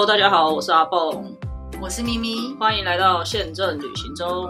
Hello， 大家好，我是阿蹦， 我是咪咪， 欢迎来到宪政旅行中。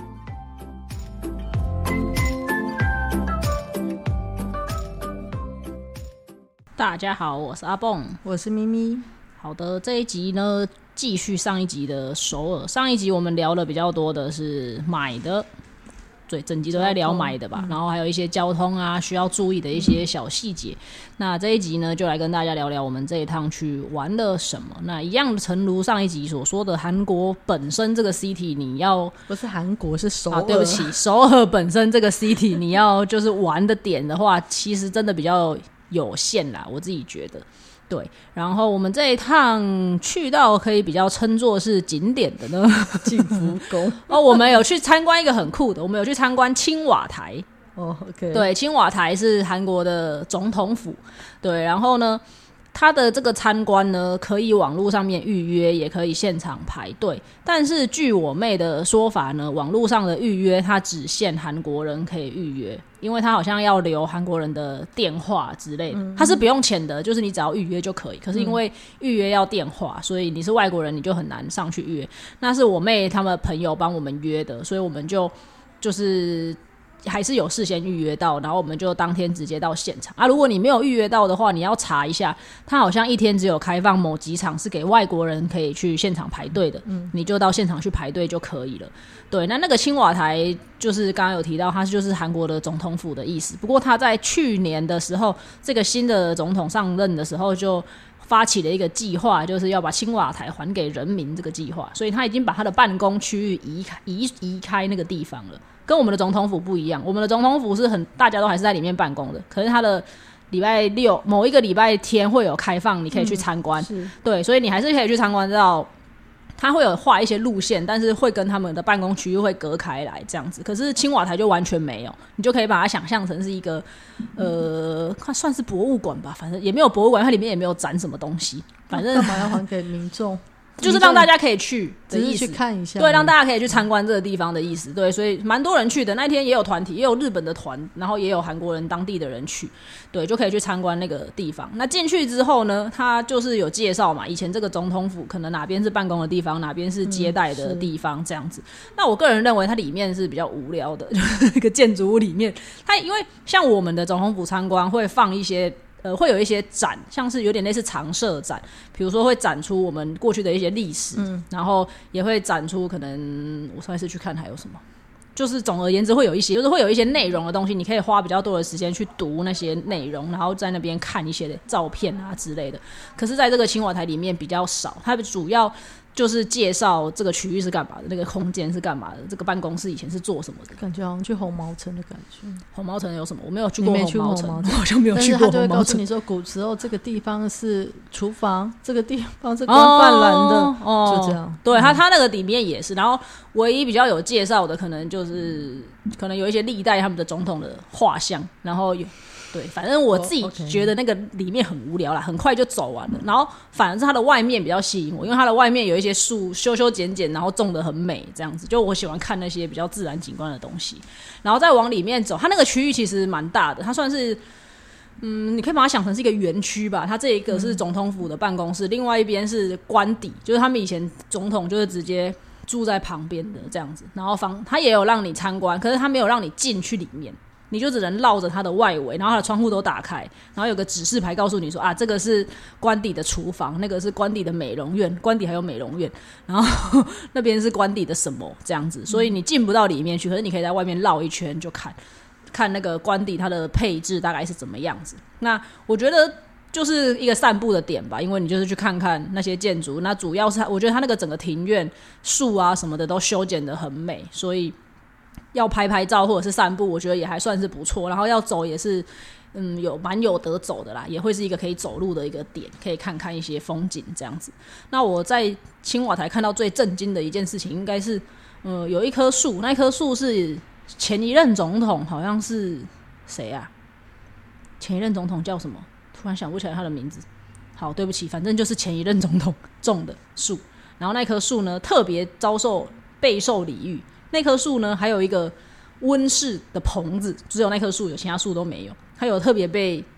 大家好，我是阿蹦， 我是咪咪。 好的，这一集呢，继续上一集的首尔。上一集我们聊的比较多的是买的，对，整集都在聊买的吧，然后还有一些交通啊需要注意的一些小细节。那这一集呢，就来跟大家聊聊我们这一趟去玩了什么。那一样诚如上一集所说的，韩国本身这个 city 你要不是韩国是首尔， 对不起，首尔本身这个 city 你要就是玩的点的话，其实真的比较有限啦，我自己觉得。对，然后我们这一趟去到可以比较称作是景点的呢， 景福宫我们有去参观一个很酷的，我们有去参观青瓦台。 OK， 对，青瓦台是韩国的总统府。对，然后呢，它的这个参观呢，可以网络上面预约，也可以现场排队。但是据我妹的说法呢，网络上的预约它只限韩国人可以预约，因为它好像要留韩国人的电话之类的，它是不用钱的，就是你只要预约就可以。可是因为预约要电话，所以你是外国人你就很难上去约。那是我妹他们朋友帮我们约的，所以我们就是还是有事先预约到，然后我们就当天直接到现场啊。如果你没有预约到的话，你要查一下，它好像一天只有开放某几场是给外国人可以去现场排队的，你就到现场去排队就可以了。对，那个青瓦台就是刚刚有提到，它就是韩国的总统府的意思。不过他在去年的时候，这个新的总统上任的时候就发起了一个计划，就是要把青瓦台还给人民这个计划，所以他已经把他的办公区域移开那个地方了。跟我们的总统府不一样，我们的总统府是大家都还是在里面办公的，可是他的礼拜六某一个礼拜天会有开放，你可以去参观，对，所以你还是可以去参观到。他会有画一些路线，但是会跟他们的办公区域会隔开来这样子。可是青瓦台就完全没有，你就可以把它想象成是一个算是博物馆吧，反正也没有博物馆，它里面也没有展什么东西，反正干嘛要还给民众？ 就是让大家可以去的意思， 只是去看一下， 对，让大家可以去参观这个地方的意思，对，所以蛮多人去的。那天也有团体，也有日本的团，然后也有韩国人当地的人去，对，就可以去参观那个地方。那进去之后呢，他就是有介绍嘛，以前这个总统府可能哪边是办公的地方，哪边是接待的地方，这样子。那我个人认为它里面是比较无聊的，就是一个建筑物里面，它因为像我们的总统府参观会放一些。会有一些展，像是有点类似常设展，比如说会展出我们过去的一些历史，然后也会展出可能我上一次去看还有什么，就是总而言之会有一些内容的东西，你可以花比较多的时间去读那些内容，然后在那边看一些照片啊之类的。可是在这个青瓦台里面比较少，它主要就是介绍这个区域是干嘛的，那个空间是干嘛的，这个办公室以前是做什么的， 感觉好像去红毛城的感觉。 红毛城有什么？我没有去过红毛城， 我好像没有去过红毛城。但是他就会告诉你说，古时候这个地方是厨房，这个地方是关饭篮的，就这样。 对，他那个里面也是，然后唯一比较有介绍的，可能有一些历代他们的总统的画像，然后对，反正我自己觉得那个里面很无聊啦，很快就走完了。然后反而是它的外面比较吸引我，因为它的外面有一些树修修剪剪，然后种得很美，这样子。就我喜欢看那些比较自然景观的东西。然后再往里面走，它那个区域其实蛮大的，它算是你可以把它想成是一个园区吧。它这一个是总统府的办公室，另外一边是官邸，就是他们以前总统就是直接住在旁边的这样子。然后它也有让你参观，可是它没有让你进去里面。你就只能绕着它的外围，然后它的窗户都打开，然后有个指示牌告诉你说啊，这个是官邸的厨房，那个是官邸的美容院，官邸还有美容院，然后那边是官邸的什么这样子，所以你进不到里面去，可是你可以在外面绕一圈就看那个官邸它的配置大概是怎么样子。那我觉得就是一个散步的点吧，因为你就是去看看那些建筑，那主要是我觉得它那个整个庭院树啊什么的都修剪得很美，所以要拍照或者是散步，我觉得也还算是不错。然后要走也是，蛮有得走的啦，也会是一个可以走路的一个点，可以看看一些风景这样子。那我在青瓦台看到最震惊的一件事情，应该是，有一棵树，那棵树是前一任总统，好像是谁啊？前一任总统叫什么？突然想不起来他的名字。好，对不起，反正就是前一任总统种的树。然后那棵树呢，特别备受礼遇。那棵树呢，还有一个温室的棚子，只有那棵树有，其他树都没有。它有特别被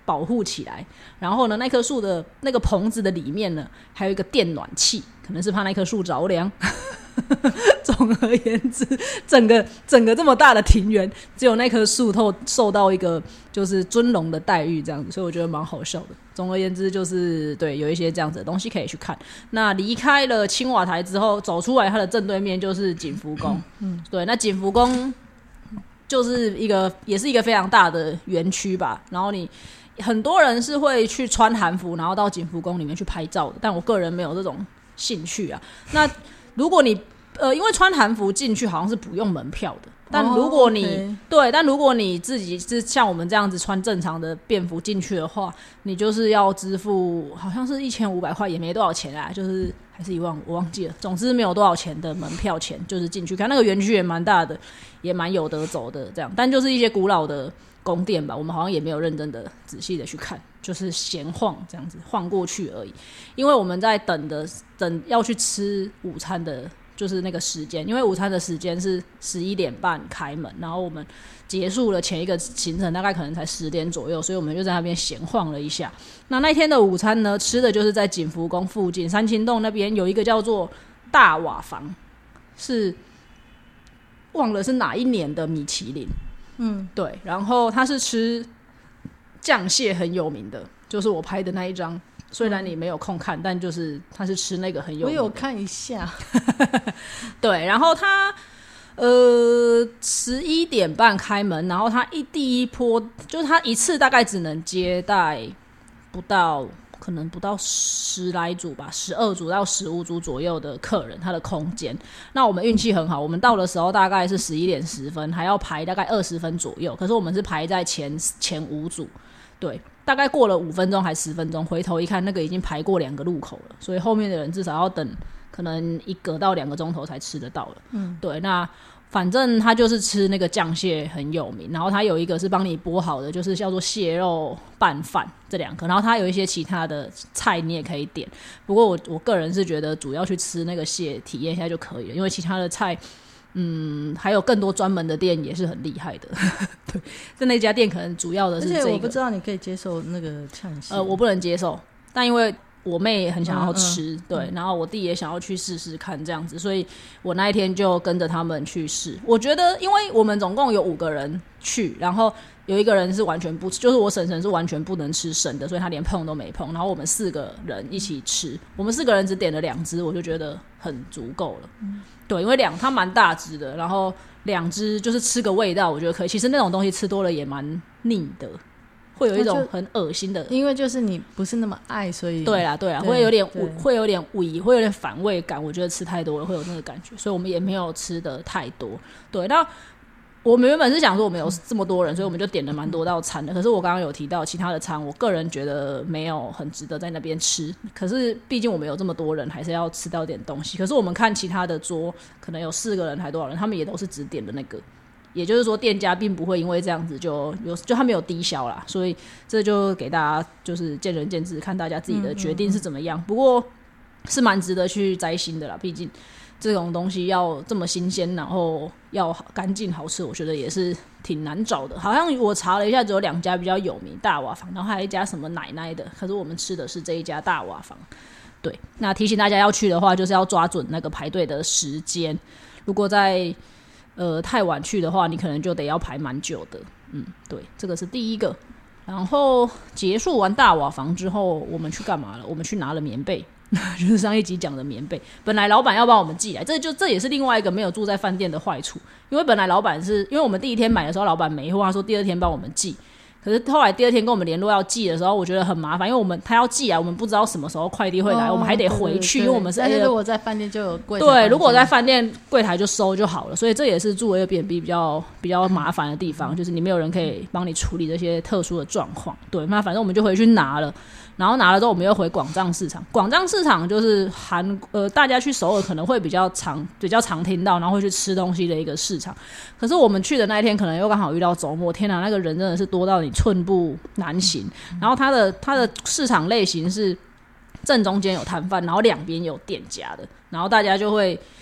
保护起来。然后呢，那棵树的那个棚子的里面呢，还有一个电暖器，可能是怕那棵树着凉。总而言之，整个这么大的庭园，只有那棵树受到一个就是尊荣的待遇这样子，所以我觉得蛮好笑的。总而言之，就是对有一些这样子的东西可以去看。那离开了青瓦台之后，走出来它的正对面就是景福宫。对，那景福宫就是也是一个非常大的园区吧。然后很多人是会去穿韩服，然后到景福宫里面去拍照的，但我个人没有这种兴趣啊。那如果你因为穿韩服进去好像是不用门票的，但如果你、对，但如果你自己是像我们这样子穿正常的便服进去的话，你就是要支付好像是1500块，也没多少钱啦，就是还是1万，我忘记了。总之没有多少钱的门票钱，就是进去看那个园区也蛮大的，也蛮有得走的这样，但就是一些古老的宫殿吧，我们好像也没有认真的仔细的去看，就是闲晃这样子晃过去而已。因为我们在等要去吃午餐的就是那个时间，因为午餐的时间是11点半开门，然后我们结束了前一个行程大概可能才10点左右，所以我们就在那边闲晃了一下。那天的午餐呢，吃的就是在景福宫附近三清洞那边有一个叫做大瓦房，是忘了是哪一年的米其林。对，然后他是吃酱蟹很有名的，就是我拍的那一张，虽然你没有空看，但就是他是吃那个很有名的。 我有看一下。 对，然后他11点半开门，然后他第一波就是他一次大概只能接待可能不到10来组吧，12组到15组左右的客人，他的空间。那我们运气很好，我们到的时候大概是11点10分，还要排大概20分左右，可是我们是排在前5组。对，大概过了5分钟还10分钟，回头一看那个已经排过2个路口了，所以后面的人至少要等可能1个到2个钟头才吃得到了。对，那反正他就是吃那个酱蟹很有名，然后他有一个是帮你剥好的，就是叫做蟹肉拌饭这2个，然后他有一些其他的菜你也可以点，不过我个人是觉得主要去吃那个蟹体验一下就可以了，因为其他的菜还有更多专门的店也是很厉害的。对，在那家店可能主要的是这个， 而且我不知道你可以接受那个呛蟹。 我不能接受，但因为我妹也很想要吃，对，然后我弟也想要去试试看这样子，所以我那一天就跟着他们去试。我觉得因为我们总共有5个人去，然后有一个人是完全不吃，就是我婶婶是完全不能吃生的，所以她连碰都没碰，然后我们4个人一起吃，我们4个人只点了2只，我就觉得很足够了。对，因为它蛮大只的，然后2只就是吃个味道我觉得可以，其实那种东西吃多了也蛮腻的，会有一种很恶心的， 因为就是你不是那么爱，所以对啦，会有点反胃感，我觉得吃太多了会有那个感觉，所以我们也没有吃的太多。对，那我们原本是想说我们有这么多人，所以我们就点了蛮多道餐的，可是我刚刚有提到其他的餐，我个人觉得没有很值得在那边吃，可是毕竟我们有这么多人，还是要吃到点东西。可是我们看其他的桌可能有4个人还多少人，他们也都是只点的那个，也就是说店家并不会因为这样子就他没有低消啦，所以这就给大家就是见仁见智，看大家自己的决定是怎么样。不过是蛮值得去摘星的啦，毕竟这种东西要这么新鲜，然后要干净好吃，我觉得也是挺难找的。好像我查了一下，只有2家比较有名，大瓦房，然后还有一家什么奶奶的，可是我们吃的是这一家大瓦房。对，那提醒大家要去的话，就是要抓准那个排队的时间，如果在太晚去的话，你可能就得要排蛮久的。对，这个是第一个。然后结束完大瓦房之后，我们去干嘛了？我们去拿了棉被。就是上一集讲的棉被，本来老板要帮我们寄来，这也是另外一个没有住在饭店的坏处。因为本来老板是因为我们第一天买的时候老板没货，他说第2天帮我们寄，可是后来第2天跟我们联络要寄的时候，我觉得很麻烦，因为他要寄来，我们不知道什么时候快递会来，我们还得回去，因为我们是但是如果在饭店就有柜台， 对，如果在饭店柜台就收就好了，所以这也是住 Airbnb 比较麻烦的地方，就是你没有人可以帮你处理这些特殊的状况。对，那反正我们就回去拿了。然后拿了之后，我们又回广藏市场。广藏市场就是大家去首尔可能会比较常听到，然后会去吃东西的一个市场。可是我们去的那一天，可能又刚好遇到周末，天哪，那个人真的是多到你寸步难行。然后它的市场类型是正中间有摊贩，然后2边有店家的，然后大家就会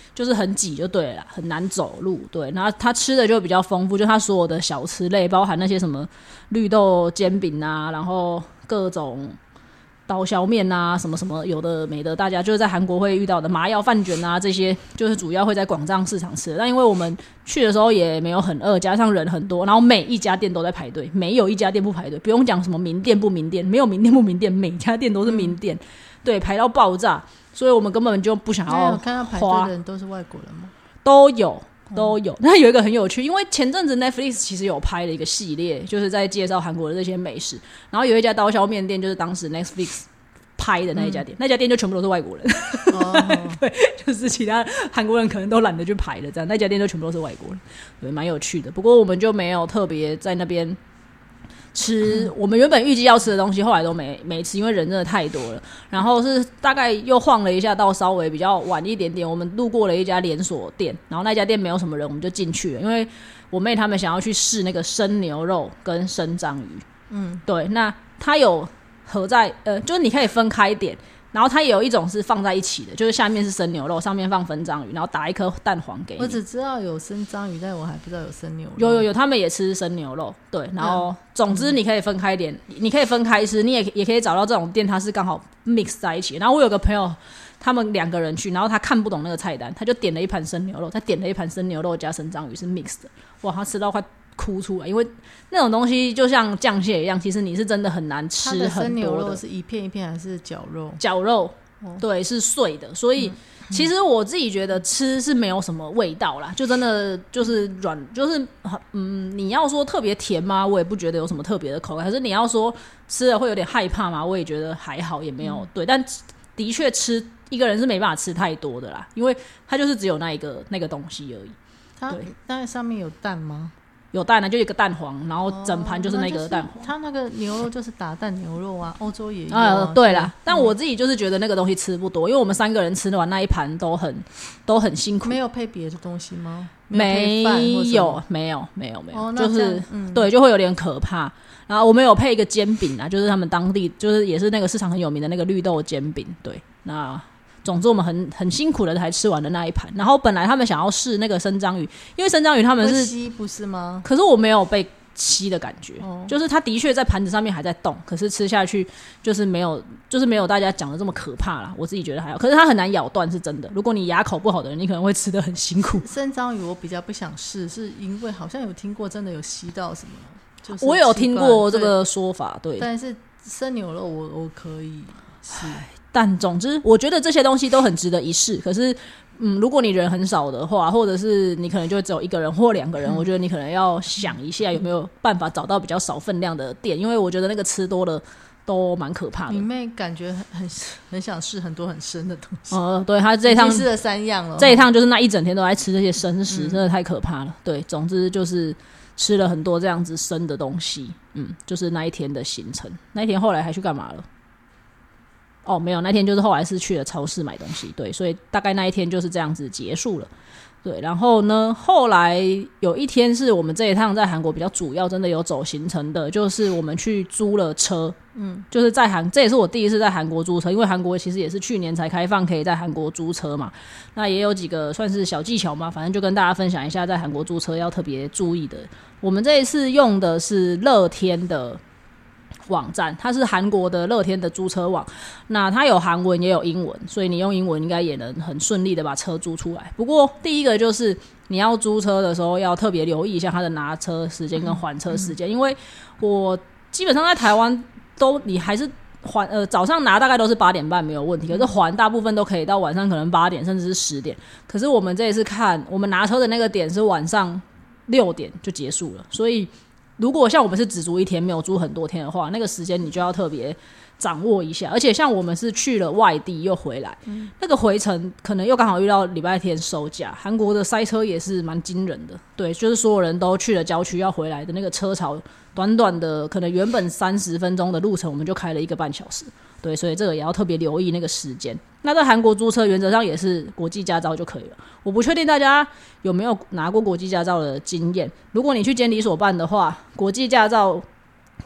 就是很挤就对了，很难走路。对，然后他吃的就比较丰富，就他所有的小吃类，包含那些什么绿豆煎饼啊，然后各种刀削面啊，什么什么有的没的，大家就是在韩国会遇到的麻药饭卷啊，这些就是主要会在广藏市场吃的。但因为我们去的时候也没有很饿，加上人很多，然后每一家店都在排队，没有一家店不排队，不用讲什么名店不名店，没有名店不名店，每家店都是名店，对，排到爆炸，所以我们根本就不想要花。 看到排队的人都是外国人吗？ 都有。那有一个很有趣，因为前阵子 Netflix 其实有拍了一个系列，就是在介绍韩国的这些美食，然后有一家刀削面店就是当时 Netflix 拍的那一家店，那家店就全部都是外国人，对，就是其他韩国人可能都懒得去排了，这样那家店就全部都是外国人，对，蛮有趣的。不过我们就没有特别在那边吃我们原本预计要吃的东西，后来都没吃，因为人真的太多了。然后是大概又晃了一下，到稍微比较晚一点点，我们路过了一家连锁店，然后那家店没有什么人，我们就进去了，因为我妹他们想要去试那个生牛肉跟生章鱼。对，那它有合在就是你可以分开点。然后它也有一种是放在一起的，就是下面是生牛肉，上面放分章鱼，然后打一颗蛋黄给你。 我只知道有生章鱼，但我还不知道有生牛肉。 有，他们也吃生牛肉，对。然后总之你可以分开点，你可以分开吃，你也可以找到这种店，它是刚好 mix 在一起。然后我有个朋友，他们2个人去，然后他看不懂那个菜单，他就点了一盘生牛肉，他点了一盘生牛肉加生章鱼是 mix 的，哇，他吃到快哭出来，因为那种东西就像酱蟹一样，其实你是真的很难吃很多的。 它的生牛肉是一片一片还是绞肉？ 绞肉，对，是碎的，所以其实我自己觉得吃是没有什么味道啦，就真的就是软，就是你要说特别甜吗？我也不觉得有什么特别的口感。可是你要说吃了会有点害怕吗？我也觉得还好，也没有对，但的确吃一个人是没办法吃太多的啦，因为它就是只有那个东西而已。 它那上面有蛋吗？ 有蛋啊，就一个蛋黄，然后整盘就是那个蛋黄。 它那个牛肉就是打蛋牛肉啊，欧洲也有啊。 对啦，但我自己就是觉得那个东西吃不多，因为我们3个人吃完那一盘都很辛苦。 没有配别的东西吗？ 没有，就是对，就会有点可怕。然后我们有配一个煎饼啊，就是他们当地就是也是那个市场很有名的那个绿豆煎饼。对，那总之我们很辛苦的才吃完的那一盘。然后本来他们想要试那个生章鱼，因为生章鱼他们是吸不是吗？ 可是我没有被吸的感觉，就是它的确在盘子上面还在动，可是吃下去就是没有大家讲的这么可怕啦。我自己觉得还好，可是它很难咬断，是真的。如果你牙口不好的人，你可能会吃得很辛苦。 生章鱼我比较不想试，是因为好像有听过真的有吸到什么，就是我有听过这个说法，对。 但是生牛肉我可以试。 但总之我觉得这些东西都很值得一试。可是如果你人很少的话，或者是你可能就只有1个人或2个人，我觉得你可能要想一下有没有办法找到比较少分量的店，因为我觉得那个吃多了都蛮可怕的。 你妹感觉很想试很多很深的东西。 对，他这一趟试了3样了， 这一趟就是那一整天都在吃这些生食，真的太可怕了。对，总之就是吃了很多这样子生的东西。就是那一天的行程。那一天后来还去干嘛了？没有，那天就是后来是去了超市买东西。对，所以大概那一天就是这样子结束了。对，然后呢，后来有一天是我们这一趟在韩国比较主要真的有走行程的，就是我们去租了车。就是在这也是我第一次在韩国租车，因为韩国其实也是去年才开放可以在韩国租车嘛。那也有几个算是小技巧嘛，反正就跟大家分享一下在韩国租车要特别注意的。我们这一次用的是乐天的网站，它是韩国的乐天的租车网，那它有韩文也有英文，所以你用英文应该也能很顺利的把车租出来。不过第一个就是你要租车的时候要特别留意一下它的拿车时间跟还车时间，因为我基本上在台湾你还是早上拿大概都是8点半没有问题，可是还大部分都可以到晚上可能8点甚至是10点。可是我们这一次看我们拿车的那个点是晚上6点就结束了，所以如果像我们是只租1天没有租很多天的话，那个时间你就要特别掌握一下。而且像我们是去了外地又回来，那个回程可能又刚好遇到礼拜天收假，韩国的塞车也是蛮惊人的。对，就是所有人都去了郊区要回来的那个车潮，短短的可能原本30分钟的路程我们就开了1个半小时。对，所以这个也要特别留意那个时间。那在韩国租车原则上也是国际驾照就可以了。我不确定大家有没有拿过国际驾照的经验，如果你去监理所办的话，国际驾照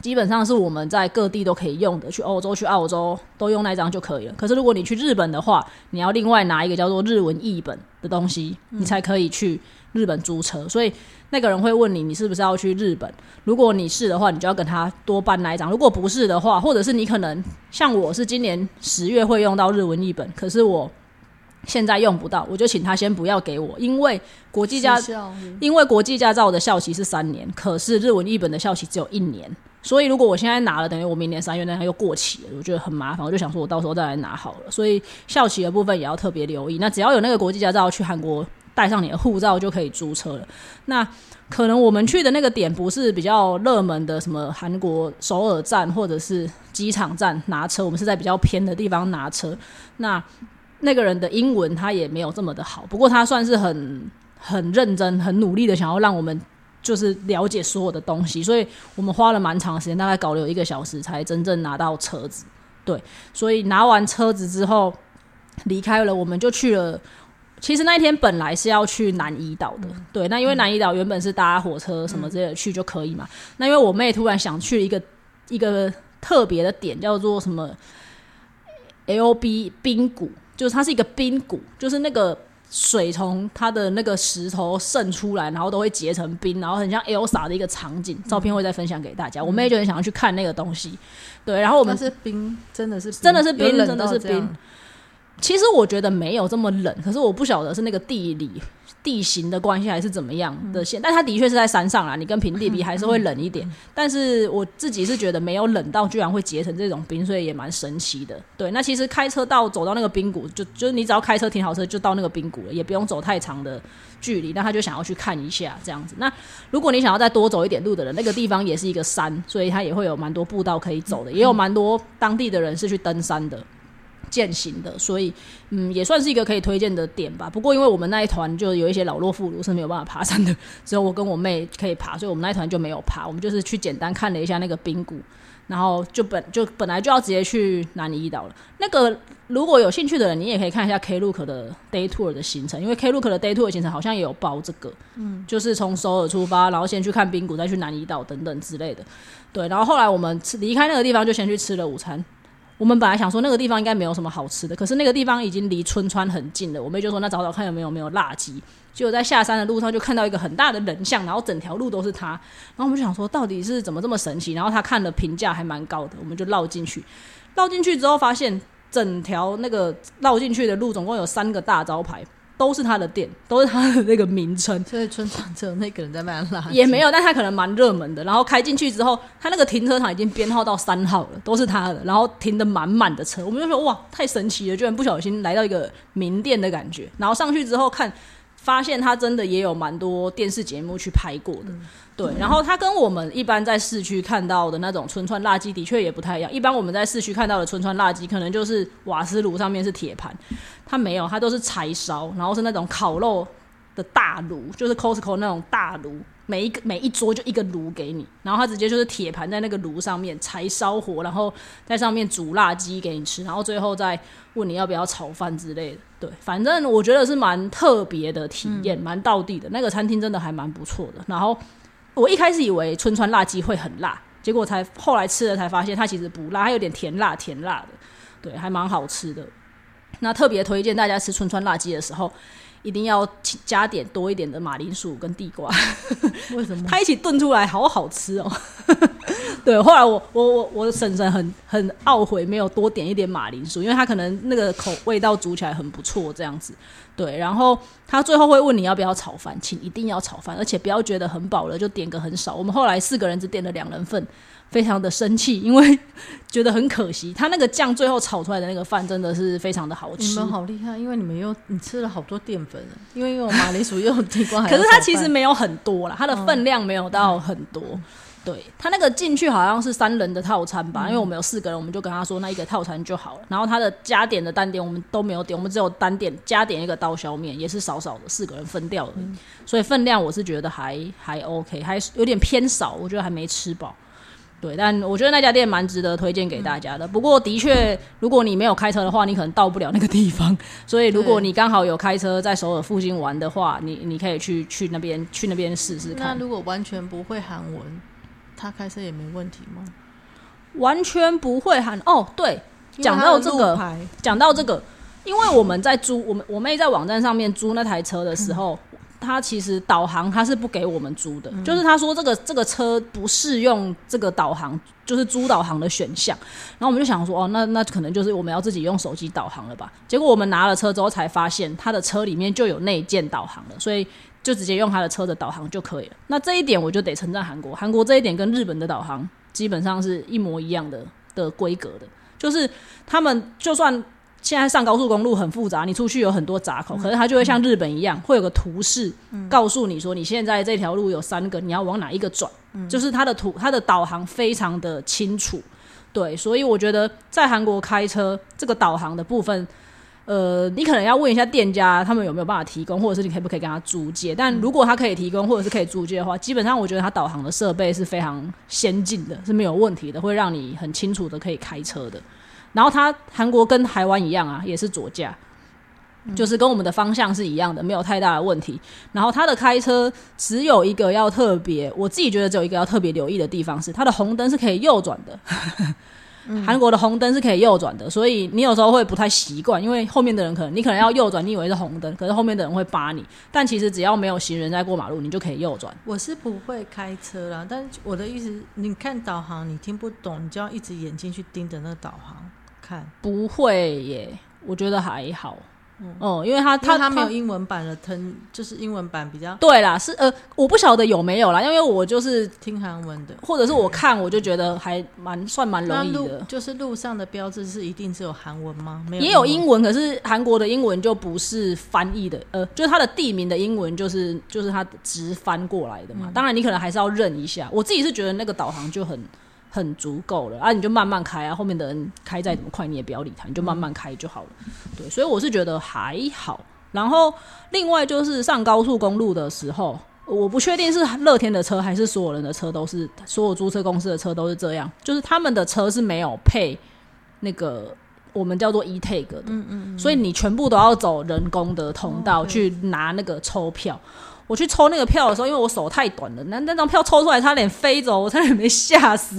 基本上是我们在各地都可以用的，去欧洲去澳洲都用那一张就可以了。可是如果你去日本的话，你要另外拿一个叫做日文译本的东西，你才可以去日本租车。所以那个人会问你是不是要去日本，如果你是的话，你就要跟他多办那一张。如果不是的话，或者是你可能像我是今年10月会用到日文译本，可是我现在用不到，我就请他先不要给我，因为国际驾照的效期是3年，可是日文译本的效期只有1年，所以如果我现在拿了，等于我明年3月那又过期了，我觉得很麻烦，我就想说我到时候再来拿好了。所以效期的部分也要特别留意。那只要有那个国际驾照，去韩国带上你的护照就可以租车了。那可能我们去的那个点不是比较热门的什么韩国首尔站或者是机场站拿车，我们是在比较偏的地方拿车。那个人的英文他也没有这么的好，不过他算是很认真很努力的想要让我们就是了解所有的东西，所以我们花了蛮长的时间，大概搞了1个小时才真正拿到车子。对，所以拿完车子之后离开了，我们就去了。其实那一天本来是要去南怡岛的，对，那因为南怡岛原本是搭火车什么之类的去就可以嘛。那因为我妹突然想去一个特别的点，叫做什么 LB 冰谷，就是它是一个冰谷，就是那个水从它的那个石头渗出来，然后都会结成冰，然后很像 Elsa 的一个场景，照片会再分享给大家。我妹就很想要去看那个东西，对，然后我们是冰，真的是冰， 真的是冰。其实我觉得没有这么冷，可是我不晓得是那个地形的关系还是怎么样的线，但它的确是在山上啦，你跟平地比还是会冷一点，但是我自己是觉得没有冷到居然会结成这种冰，所以也蛮神奇的。对，那其实开车走到那个冰谷，就是你只要开车停好车就到那个冰谷了，也不用走太长的距离，那他就想要去看一下这样子。那如果你想要再多走一点路的人，那个地方也是一个山，所以它也会有蛮多步道可以走的，也有蛮多当地的人是去登山的健行的，所以也算是一个可以推荐的点吧。不过因为我们那一团就有一些老弱妇孺是没有办法爬山的，只有我跟我妹可以爬，所以我们那一团就没有爬，我们就是去简单看了一下那个冰谷，然后就本来就要直接去南怡岛了。那个如果有兴趣的人，你也可以看一下 Klook 的 Day Tour 的行程，因为 Klook 的 Day Tour 的行程好像也有包这个，就是从首尔出发，然后先去看冰谷，再去南怡岛等等之类的。对，然后后来我们离开那个地方，就先去吃了午餐。我们本来想说那个地方应该没有什么好吃的，可是那个地方已经离春川很近了，我妹就说那找找看有没有辣鸡。结果在下山的路上就看到一个很大的人像，然后整条路都是它，然后我们就想说到底是怎么这么神奇，然后他看的评价还蛮高的，我们就绕进去之后发现整条那个绕进去的路总共有3个大招牌，都是他的店，都是他的那个名称， 所以村长只有那个人在卖垃圾， 也没有，但他可能蛮热门的。然后开进去之后，他那个停车场已经编号到3号了，都是他的，然后停得满满的车，我们就说哇，太神奇了，居然不小心来到一个名店的感觉。然后上去之后发现他真的也有蛮多电视节目去拍过的，对。然后他跟我们一般在市区看到的那种春川辣鸡的确也不太一样。一般我们在市区看到的春川辣鸡，可能就是瓦斯炉上面是铁盘，他没有，他都是柴烧，然后是那种烤肉的大炉，就是 Costco 那种大炉，每一桌就一个炉给你，然后他直接就是铁盘在那个炉上面柴烧火，然后在上面煮辣鸡给你吃，然后最后再问你要不要炒饭之类的。对，反正我觉得是蛮特别的体验，蛮道地的。那个餐厅真的还蛮不错的。然后我一开始以为春川辣鸡会很辣，结果后来吃了才发现它其实不辣，它有点甜辣的，对，还蛮好吃的。那特别推荐大家吃春川辣鸡的时候，一定要加点多一点的马铃薯跟地瓜。 为什么？ 它一起炖出来好好吃哦。对，后来我婶婶很懊悔没有多点一点马铃薯，因为它可能那个味道煮起来很不错这样子。对，然后他最后会问你要不要炒饭，请一定要炒饭，而且不要觉得很饱了就点个很少。我们后来4个人只点了2人份，非常的生气，因为觉得很可惜，他那个酱最后炒出来的那个饭真的是非常的好吃。 你们好厉害，因为你吃了好多淀粉，因为有马铃薯又有地瓜， 可是它其实没有很多啦，它的分量没有到很多。对，他那个进去好像是3人的套餐吧，因为我们有4个人，我们就跟他说那一个套餐就好了。然后他的加点的单点我们都没有点，我们只有单点加点一个刀削面，也是少少的4个人分掉而已。所以分量我是觉得还 OK， 还有点偏少，我觉得还没吃饱。对，但我觉得那家店蛮值得推荐给大家的。不过的确，如果你没有开车的话，你可能到不了那个地方。所以如果你刚好有开车在首尔附近玩的话，你可以去那边试试看。 那如果完全不会韩文， 他开车也没问题吗？ 完全不会喊哦。对，讲到这个，因为我们在租我妹在网站上面租那台车的时候，他其实导航他是不给我们租的，就是他说这个车不适用这个导航，就是租导航的选项。然后我们就想说，哦，那可能就是我们要自己用手机导航了吧？结果我们拿了车之后才发现，他的车里面就有内建导航了，所以就直接用他的车的导航就可以了。那这一点我就得称赞韩国，韩国这一点跟日本的导航基本上是一模一样的规格的，就是他们就算现在上高速公路很复杂，你出去有很多闸口，可是它就会像日本一样，会有个图示告诉你说，你现在这条路有3个，你要往哪一个转，就是它的导航非常的清楚。对，所以我觉得在韩国开车这个导航的部分，你可能要问一下店家他们有没有办法提供，或者是你可不可以跟他租借。但如果他可以提供或者是可以租借的话，基本上我觉得他导航的设备是非常先进的，是没有问题的，会让你很清楚的可以开车的。然后它韩国跟台湾一样啊，也是左驾，就是跟我们的方向是一样的，没有太大的问题。然后它的开车只有一个要特别，我自己觉得只有一个要特别留意的地方是，它的红灯是可以右转的。韩国的红灯是可以右转的，所以你有时候会不太习惯，因为后面的人你可能要右转，你以为是红灯，可是后面的人会扒你。但其实只要没有行人在过马路，你就可以右转。 我是不会开车啦，但我的意思，你看导航你听不懂，你就要一直眼睛去盯着那个导航看。 不会耶，我觉得还好。因为它没有英文版的就是英文版比较对啦，是我不晓得有没有啦，因为我就是听韩文的， 或者是我看我就觉得还算蛮容易的。 就是路上的标志是一定只有韩文吗？没有， 也有英文，可是韩国的英文就不是翻译的，就是它的地名的英文就是它直翻过来的嘛。当然你可能还是要认一下，我自己是觉得那个导航就很足够了啊，你就慢慢开啊，后面的人开再怎么快你也不要理他，你就慢慢开就好了。对，所以我是觉得还好。然后另外就是上高速公路的时候，我不确定是乐天的车还是所有人的车都是，所有租车公司的车都是这样，就是他们的车是没有配那个我们叫做 e-tag 的，所以你全部都要走人工的通道去拿那个抽票。我去抽那个票的时候，因为我手太短了，那张票抽出来差点飞走，我差点没吓死。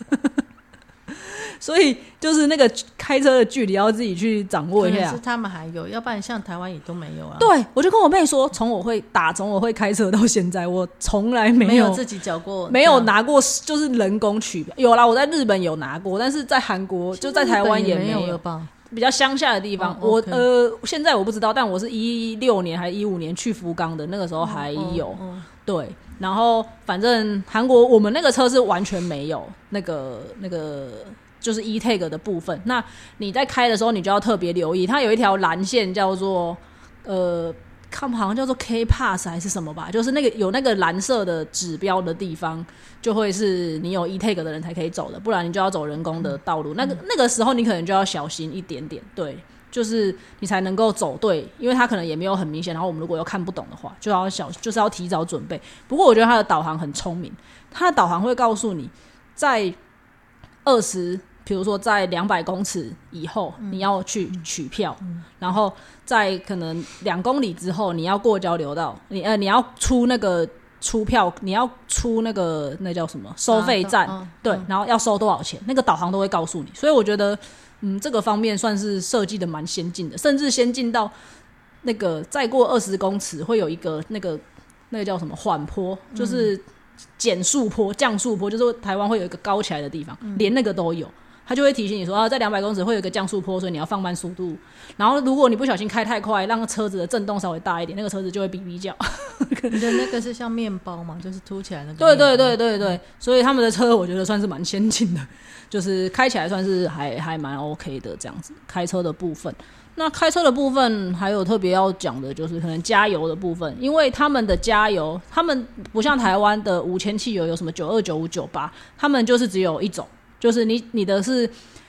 所以就是那个开车的距离要自己去掌握一下。 可能是他们还有，要不然像台湾也都没有啊。 对，我就跟我妹说，从我会开车到现在，我从来没有自己缴过， 没有拿过就是人工取票。有啦，我在日本有拿过，但是在韩国就在台湾也没有了吧。 比较乡下的地方，现在我不知道，但我是16年还是15年去福冈的，那个时候还有，对。然后反正韩国我们那个车是完全没有那个就是 e-tag 的部分。那你在开的时候，你就要特别留意，它有一条蓝线叫做看好像叫做 K Pass 还是什么吧，就是那个有那个蓝色的指标的地方，就会是你有 e-tag 的人才可以走的，不然你就要走人工的道路。那个时候你可能就要小心一点点，对，就是你才能够走对，因为它可能也没有很明显。然后我们如果又看不懂的话，就是要提早准备。不过我觉得它的导航很聪明，它的导航会告诉你在比如说在200公尺以后你要去取票，然后在可能2公里之后你要过交流道，你要出那个出票，你要出那叫什么收费站，对，然后要收多少钱，那个导航都会告诉你。所以我觉得这个方面算是设计的蛮先进的，甚至先进到那个再过20公尺会有一个那个叫什么缓坡，就是减速坡降速坡，就是台湾会有一个高起来的地方，连那个都有。他就会提醒你说在200公尺会有一个降速坡，所以你要放慢速度。然后如果你不小心开太快，让车子的震动稍微大一点，那个车子就会哔哔叫。 你的那个是像面包嘛，就是凸起来那个。 对，所以他们的车我觉得算是蛮先进的，就是开起来算是还蛮 OK 的这样子。开车的部分，那开车的部分还有特别要讲的就是可能加油的部分，因为他们的加油，他们不像台湾的5000汽油有什么92、95、98，他们就是只有一种。就是你的是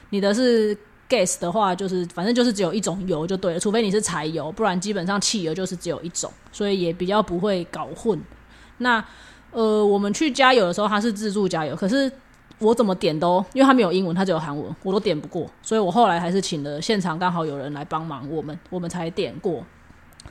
gas 的话，就是反正就是只有一种油就对了，除非你是柴油，不然基本上汽油就是只有一种，所以也比较不会搞混。那我们去加油的时候，它是自助加油，可是我怎么点因为它没有英文，它只有韩文，我都点不过，所以我后来还是请了现场刚好有人来帮忙我们才点过。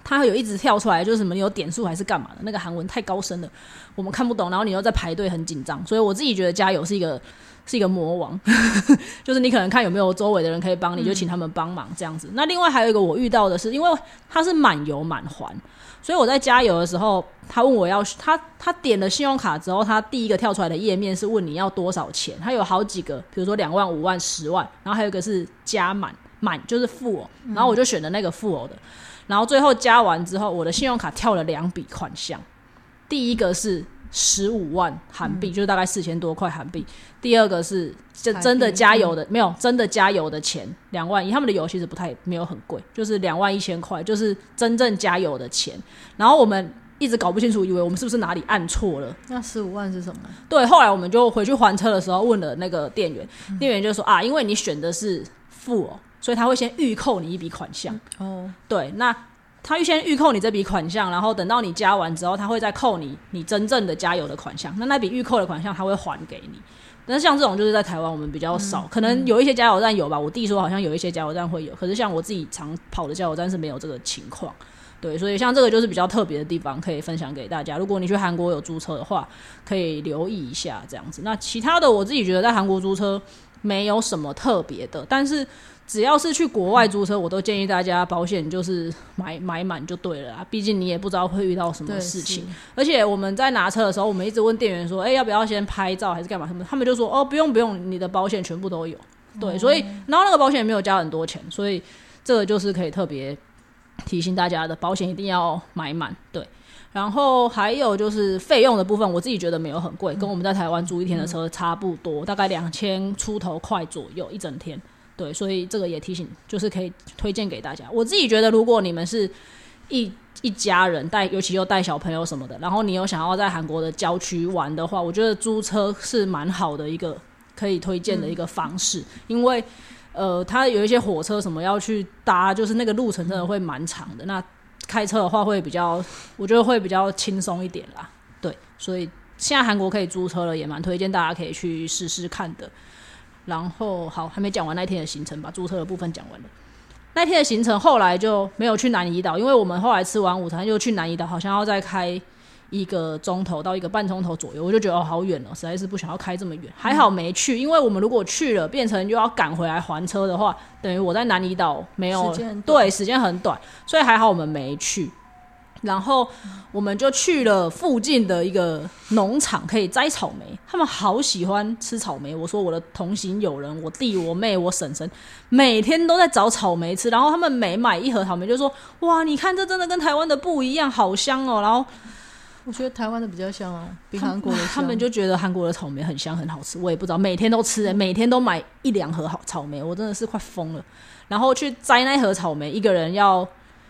它有一直跳出来，就是什么你有点数还是干嘛的，那个韩文太高深了，我们看不懂，然后你又在排队很紧张，所以我自己觉得加油是一个魔王就是你可能看有没有周围的人可以帮你，就请他们帮忙这样子。那另外还有一个我遇到的是，因为它是满油满环，所以我在加油的时候，他问我要他点了信用卡之后，他第一个跳出来的页面是问你要多少钱，他有好几个，比如说2万、5万、10万，然后还有一个是加满就是富偶，然后我就选了那个富偶的，然后最后加完之后，我的信用卡跳了2笔款项，第一个是15万韩币，就是大概4000多块韩币。第二个是真的加油的，没有真的加油的钱2万，他们的油其实没有很贵，就是2万1000块，就是真正加油的钱。然后我们一直搞不清楚，以为我们是不是哪里按错了。 那15万是什么？ 对，后来我们就回去还车的时候问了那个店员，店员就说因为你选的是富哦，所以他会先预扣你一笔款项。对，那他先预扣你这笔款项，然后等到你加完之后，他会再扣你真正的加油的款项。那笔预扣的款项他会还给你。但是像这种就是在台湾我们比较少，可能有一些加油站有吧。我弟说好像有一些加油站会有，可是像我自己常跑的加油站是没有这个情况。对，所以像这个就是比较特别的地方，可以分享给大家。如果你去韩国有租车的话，可以留意一下这样子。那其他的我自己觉得在韩国租车没有什么特别的，但是只要是去国外租车，我都建议大家保险就是买满就对了啦，毕竟你也不知道会遇到什么事情。而且我们在拿车的时候，我们一直问店员说要不要先拍照还是干嘛，他们就说不用，你的保险全部都有。对，所以然后那个保险也没有加很多钱，所以这个就是可以特别提醒大家的，保险一定要买满。对，然后还有就是费用的部分，我自己觉得没有很贵，跟我们在台湾租一天的车差不多，大概2000出头块左右一整天。对，所以这个也提醒，就是可以推荐给大家。我自己觉得，如果你们是一家人尤其又带小朋友什么的，然后你有想要在韩国的郊区玩的话，我觉得租车是蛮好的一个可以推荐的一个方式，因为它有一些火车什么要去搭，就是那个路程真的会蛮长的。那开车的话会比较，我觉得会比较轻松一点啦。对，所以现在韩国可以租车了，也蛮推荐大家可以去试试看的。然后好，还没讲完那天的行程，把租车的部分讲完了。那天的行程后来就没有去南怡岛，因为我们后来吃完午餐就去南怡岛，好像要再开1个钟头到1个半钟头左右，我就觉得好远哦，实在是不想要开这么远。还好没去，因为我们如果去了变成又要赶回来还车的话，等于我在南怡岛没有时间很短，所以还好我们没去。然后我们就去了附近的一个农场，可以摘草莓。他们好喜欢吃草莓，我说我的同行友人，我弟、我妹、我婶婶，每天都在找草莓吃。然后他们每买1盒草莓就说：“哇，你看这真的跟台湾的不一样，好香哦。”然后我觉得台湾的比较香哦，比韩国的香。 他们就觉得韩国的草莓很香很好吃，我也不知道，每天都吃每天都买1-2盒草莓，我真的是快疯了。然后去摘那盒草莓，一个人要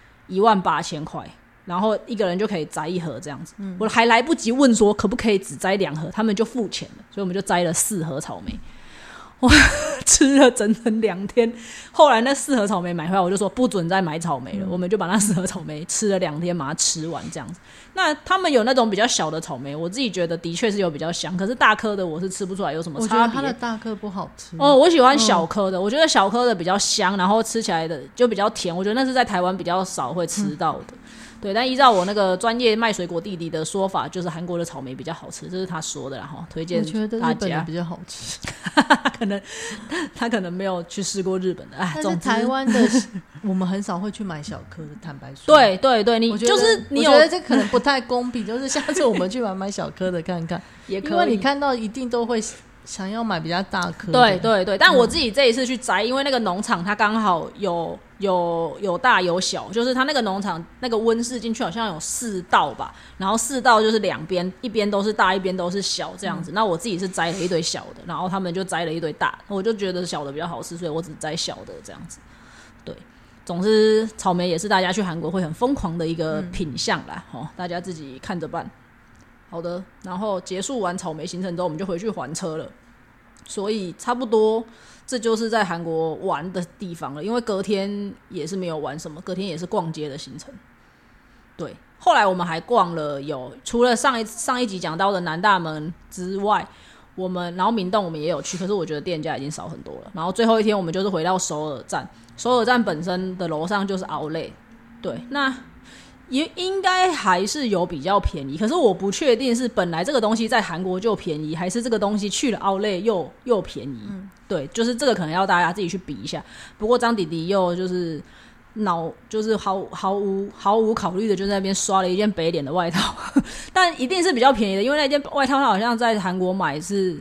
18000块。然后一个人就可以摘1盒这样子，我还来不及问说可不可以只摘2盒，他们就付钱了，所以我们就摘了4盒草莓。哇，吃了整2天。后来那4盒草莓买回来，我就说不准再买草莓了，我们就把那4盒草莓吃了2天，把它吃完这样子。那他们有那种比较小的草莓，我自己觉得的确是有比较香，可是大颗的我是吃不出来有什么差别。 我觉得它的大颗不好吃我喜欢小颗的，我觉得小颗的比较香，然后吃起来的就比较甜，我觉得那是在台湾比较少会吃到的。对，但依照我那个专业卖水果弟弟的说法，就是韩国的草莓比较好吃，这是他说的啦，推荐大家。 我觉得日本的比较好吃， 他可能没有去试过日本的。 但是台湾的我们很少会去买小颗的，坦白说。 对对对，你就是你有， 我觉得这可能不太公平，就是下次我们去买小颗的看看， 也可以， 因为你看到一定都会想要买比较大颗的。 对对对，但我自己这一次去摘，因为那个农场它刚好有大有小，就是它那个农场那个温室进去好像有4道吧，然后4道就是2边，一边都是大，一边都是小这样子。那我自己是摘了一堆小的，然后他们就摘了一堆大，我就觉得小的比较好吃，所以我只摘小的这样子。对，总之草莓也是大家去韩国会很疯狂的一个品项啦，大家自己看着办。好的，然后结束完草莓行程之后，我们就回去还车了。所以差不多这就是在韩国玩的地方了，因为隔天也是没有玩什么，隔天也是逛街的行程。对，后来我们还逛了除了上一集讲到的南大门之外，然后明洞我们也有去，可是我觉得店家已经少很多了。然后最后一天我们就是回到首尔站，首尔站本身的楼上就是 Outlet。对，那也应该还是有比较便宜，可是我不确定是本来这个东西在韩国就便宜，还是这个东西去了 Outlet 又便宜。对，就是这个可能要大家自己去比一下。不过张弟弟又就是就是毫无考虑的就在那边刷了一件北脸的外套，但一定是比较便宜的，因为那件外套它好像在韩国买是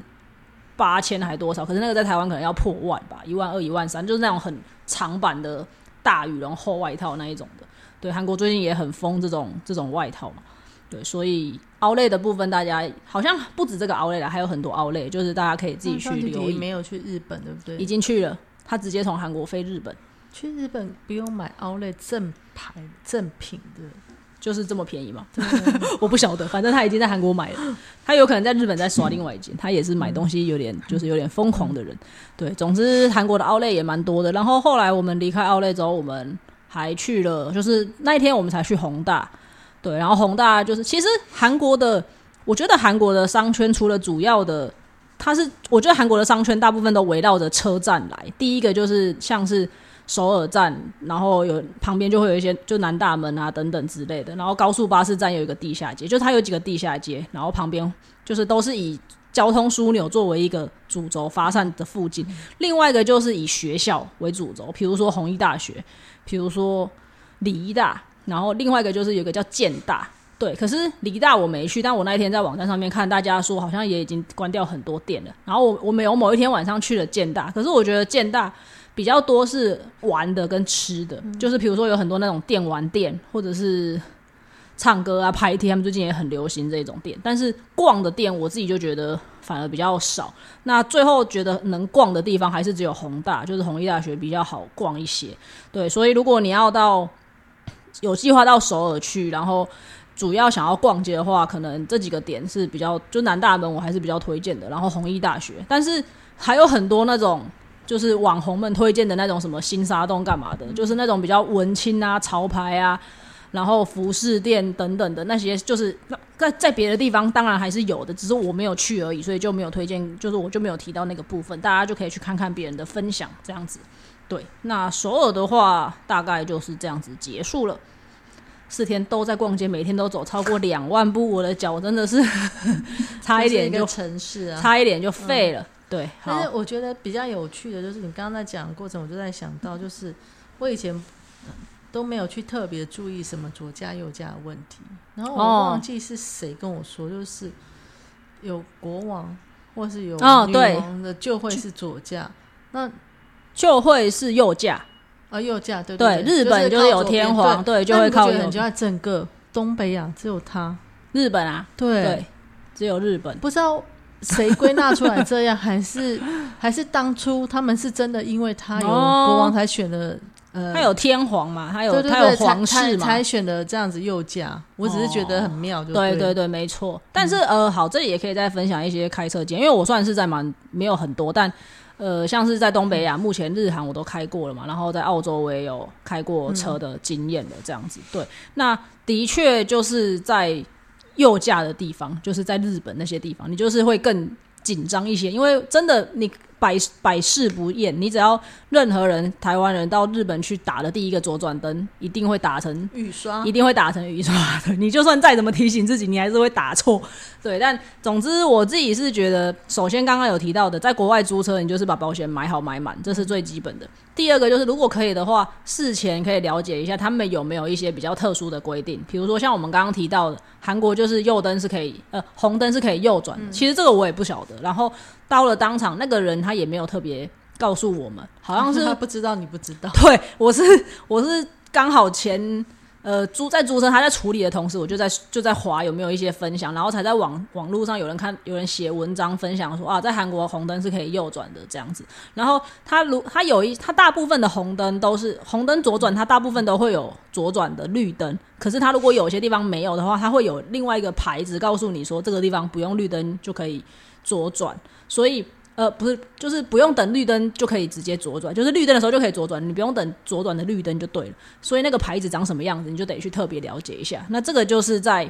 8000还多少，可是那个在台湾可能要破万吧，12000、13000，就是那种很长版的大羽绒厚外套那一种的。对，韩国最近也很疯这种外套嘛。对，所以 Outlet 的部分大家好像不止这个 Outlet 啦，还有很多 Outlet， 就是大家可以自己去留意。 没有去日本对不对？ 已经去了，他直接从韩国飞日本。 去日本不用买 Outlet 正牌正品的， 就是这么便宜吗？我不晓得，反正他已经在韩国买了，他有可能在日本再刷另外一件，他也是买东西有点疯狂的人。对，总之韩国的 Outlet 也蛮多的。然后后来我们离开 Outlet 之后，我们还去了，就是那一天我们才去弘大。对，然后弘大就是其实韩国的，我觉得韩国的商圈除了主要的，我觉得韩国的商圈大部分都围绕着车站来。第一个就是像是首尔站，然后旁边就会有一些就南大门啊等等之类的，然后高速巴士站有一个地下街，就它有几个地下街，然后旁边就是都是以交通枢纽作为一个主轴发散的附近。另外一个就是以学校为主轴，比如说弘毅大学，比如说梨大，然后另外一个就是有一个叫建大。对，可是梨大我没去，但我那一天在网站上面看大家说好像也已经关掉很多店了。然后我们有某一天晚上去了建大，可是我觉得建大比较多是玩的跟吃的，就是比如说有很多那种电玩店，或者是唱歌啊、拍贴，他们最近也很流行这种店。但是逛的店，我自己就觉得反而比较少。那最后觉得能逛的地方还是只有弘大，就是弘毅大学比较好逛一些。对，所以如果你要有计划到首尔去，然后主要想要逛街的话，可能这几个点是比较，就南大门我还是比较推荐的，然后弘毅大学。但是还有很多那种就是网红们推荐的那种什么新沙洞干嘛的，就是那种比较文青啊、潮牌啊，然后服饰店等等的那些，就是在别的地方当然还是有的，只是我没有去而已，所以就没有推荐，就是我就没有提到那个部分，大家就可以去看看别人的分享这样子。对，那首尔的话大概就是这样子结束了。4天都在逛街，每天都走超过2万步，我的脚真的是差一点就城市啊， 差一点就废了。对， 但是我觉得比较有趣的就是你刚刚在讲的过程，我就在想到，就是我以前都没有去特别注意什么左驾右驾的问题，然后我忘记是谁跟我说，就是有国王或是有女王的就会是左驾，那就会是右驾。 右驾，对对，日本就是有天皇，对，就会靠右。 你就在整个东北亚只有他， 日本啊， 对， 只有日本。 不知道谁归纳出来这样，还是当初他们是真的因为他有国王才选的， 他有天皇嘛，他有皇室嘛， 才选的这样子右驾。我只是觉得很妙，就对对，没错。但是好，这里也可以再分享一些开车经验，因为我算是在没有很多，但。像是在东北亚，目前日韩我都开过了嘛，然后在澳洲我也有开过车的经验了，这样子。对，那的确就是在右驾的地方，就是在日本那些地方，你就是会更紧张一些，因为真的你百试不厌，你只要任何人台湾人到日本去打的第一个左转灯，一定会打成雨刷， 一定会打成雨刷的。你就算再怎么提醒自己，你还是会打错。对，但总之我自己是觉得，首先刚刚有提到的，在国外租车，你就是把保险买好买满，这是最基本的。第二个就是，如果可以的话，事前可以了解一下他们有没有一些比较特殊的规定，比如说像我们刚刚提到的，韩国就是右灯是可以，红灯是可以右转的。其实这个我也不晓得。然后到了当场，那个人他也没有特别告诉我们，好像是他不知道，你不知道。 对，我是刚好在租车他在处理的同时，我就在滑有没有一些分享，然后才在网络上有人写文章分享说在韩国红灯是可以右转的这样子。然后他大部分的红灯都是红灯左转，他大部分都会有左转的绿灯，可是他如果有些地方没有的话，他会有另外一个牌子告诉你说这个地方不用绿灯就可以左转，所以不是，就是不用等绿灯就可以直接左转，就是绿灯的时候就可以左转，你不用等左转的绿灯就对了。所以那个牌子长什么样子，你就得去特别了解一下。那这个就是在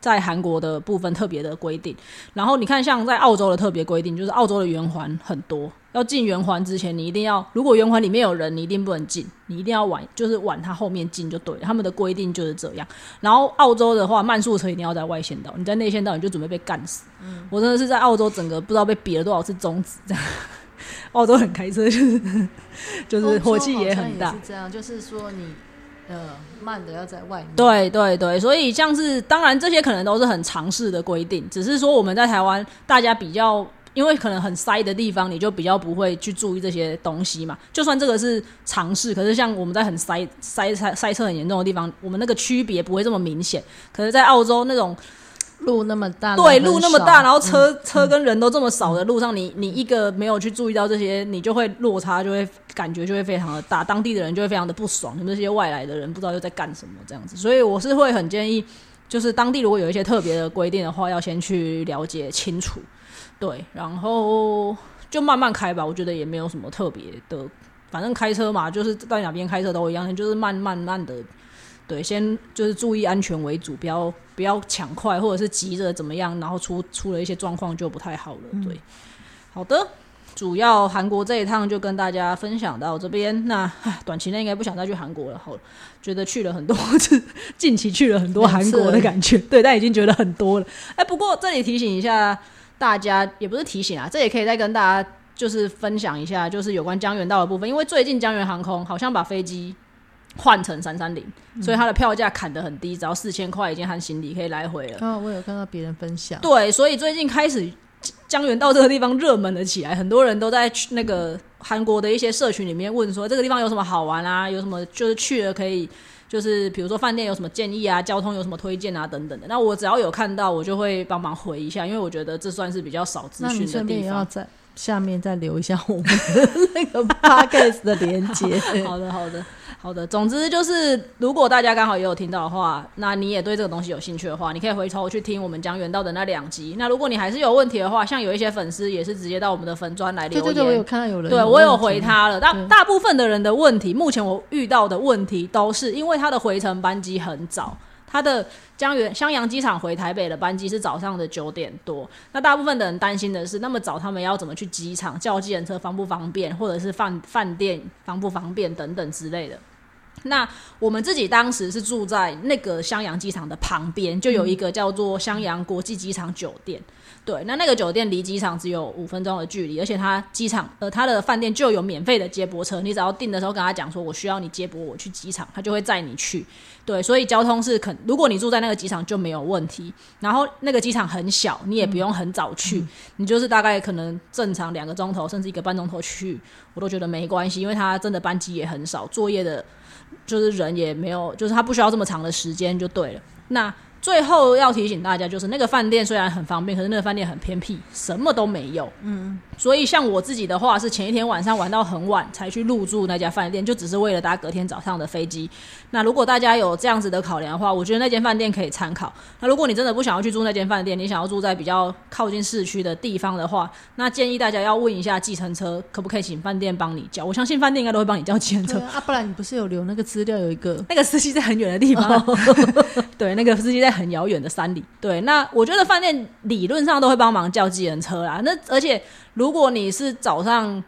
在韩国的部分特别的规定。然后你看像在澳洲的特别规定，就是澳洲的圆环很多，要进圆环之前你一定要，如果圆环里面有人你一定不能进，你一定要就是往他后面进就对了，他们的规定就是这样。然后澳洲的话慢速车一定要在外线道，你在内线道你就准备被干死。我真的是在澳洲整个不知道被比了多少次中指这样。澳洲人开车就是火气也很大， 也是这样，就是说你慢的要在外面。 对对对，所以像是当然这些可能都是很常识的规定，只是说我们在台湾大家比较，因为可能很塞的地方，你就比较不会去注意这些东西嘛。就算这个是常识，可是像我们在很塞车很严重的地方，我们那个区别不会这么明显。可是在澳洲那种路那么大， 对，路那么大，然后车跟人都这么少的路上，你一个没有去注意到这些，你就会落差，就会感觉就会非常的大，当地的人就会非常的不爽，你们这些外来的人不知道又在干什么这样子。所以我是会很建议，就是当地如果有一些特别的规定的话，要先去了解清楚，对，然后就慢慢开吧。我觉得也没有什么特别的，反正开车嘛，就是在哪边开车都一样，就是慢的。对，先就是注意安全为主，不要抢快或者是急着怎么样，然后出了一些状况就不太好了。对，好的，主要韩国这一趟就跟大家分享到这边。那短期内应该不想再去韩国了，好了，觉得去了很多次，近期去了很多韩国的感觉，对，但已经觉得很多了。不过这里提醒一下大家，也不是提醒啊，这也可以再跟大家就是分享一下，就是有关江原道的部分，因为最近江原航空好像把飞机换成330，所以它的票价砍得很低，只要4000块已经含行李可以来回了。 我有看到别人分享。 对，所以最近开始江原道这个地方热门了起来，很多人都在那个韩国的一些社群里面问说这个地方有什么好玩啊，有什么就是去了可以，就是比如说饭店有什么建议啊，交通有什么推荐啊等等的。那我只要有看到我就会帮忙回一下，因为我觉得这算是比较少资讯的地方。那你顺便也要在下面再留一下我们的那个 podcast 的连结。 好的，总之就是如果大家刚好也有听到的话，那你也对这个东西有兴趣的话，你可以回头去听我们江原道的那2集。那如果你还是有问题的话，像有一些粉丝也是直接到我们的粉专来留言。 对，我有看到有人， 对，我有回他了。大部分的人的问题，目前我遇到的问题都是因为他的回程班机很早，他的襄阳机场回台北的班机是早上的9点多。那大部分的人担心的是，那么早他们要怎么去机场，叫计程车方不方便，或者是饭店方不方便等等之类的。那我们自己当时是住在那个襄阳机场的旁边，就有一个叫做襄阳国际机场酒店。对，那个酒店离机场只有5分钟的距离，而且它它的饭店就有免费的接驳车，你只要订的时候跟他讲说我需要你接驳我去机场，他就会载你去。对，所以交通是如果你住在那个机场就没有问题。然后那个机场很小，你也不用很早去，你就是大概可能正常2个钟头甚至1个半钟头去，我都觉得没关系，因为它真的班机也很少，作业的就是人也没有，就是他不需要这么长的时间就对了。那最后要提醒大家，就是那个饭店虽然很方便，可是那个饭店很偏僻，什么都没有。所以像我自己的话，是前一天晚上玩到很晚才去入住那家饭店，就只是为了搭隔天早上的飞机。那如果大家有这样子的考量的话，我觉得那间饭店可以参考。那如果你真的不想要去住那间饭店，你想要住在比较靠近市区的地方的话，那建议大家要问一下计程车可不可以请饭店帮你叫。我相信饭店应该都会帮你叫计程车。 不然你不是有留那个资料，有一个那个司机在很远的地方。对，那个司机在很遥远的山里。对，那我觉得饭店理论上都会帮忙叫计程车啦。那而且如果你是早上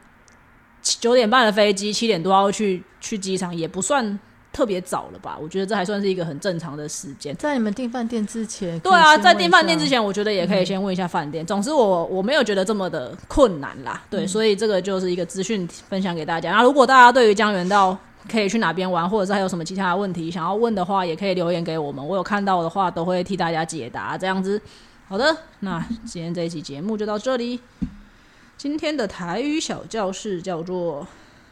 9点半的飞机，7点多要去机场，也不算特别早了吧？我觉得这还算是一个很正常的时间。 在你们订饭店之前， 对啊，在订饭店之前，我觉得也可以先问一下饭店。总之我没有觉得这么的困难啦。对，所以这个就是一个资讯分享给大家。那如果大家对于江原道可以去哪边玩，或者是还有什么其他的问题想要问的话，也可以留言给我们，我有看到的话都会替大家解答这样子。好的，那今天这一期节目就到这里。今天的台语小教室叫做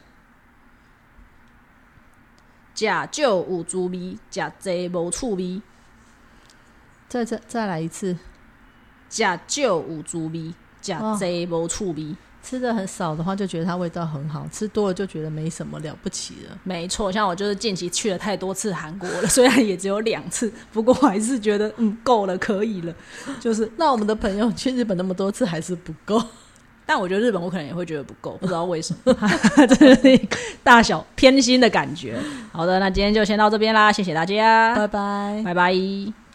吃少有滋味，吃多无趣味。 再来一次。 吃少有滋味，吃多无趣味。 吃的很少的话就觉得它味道很好，吃多了就觉得没什么了不起了。 没错，像我就是近期去了太多次韩国了，虽然也只有2次，不过我还是觉得够了，可以了。就是那我们的朋友去日本那么多次还是不够。 但我觉得日本我可能也会觉得不够，不知道为什么。这是一个大小偏心的感觉。好的，那今天就先到这边啦，谢谢大家， 拜拜， 拜拜。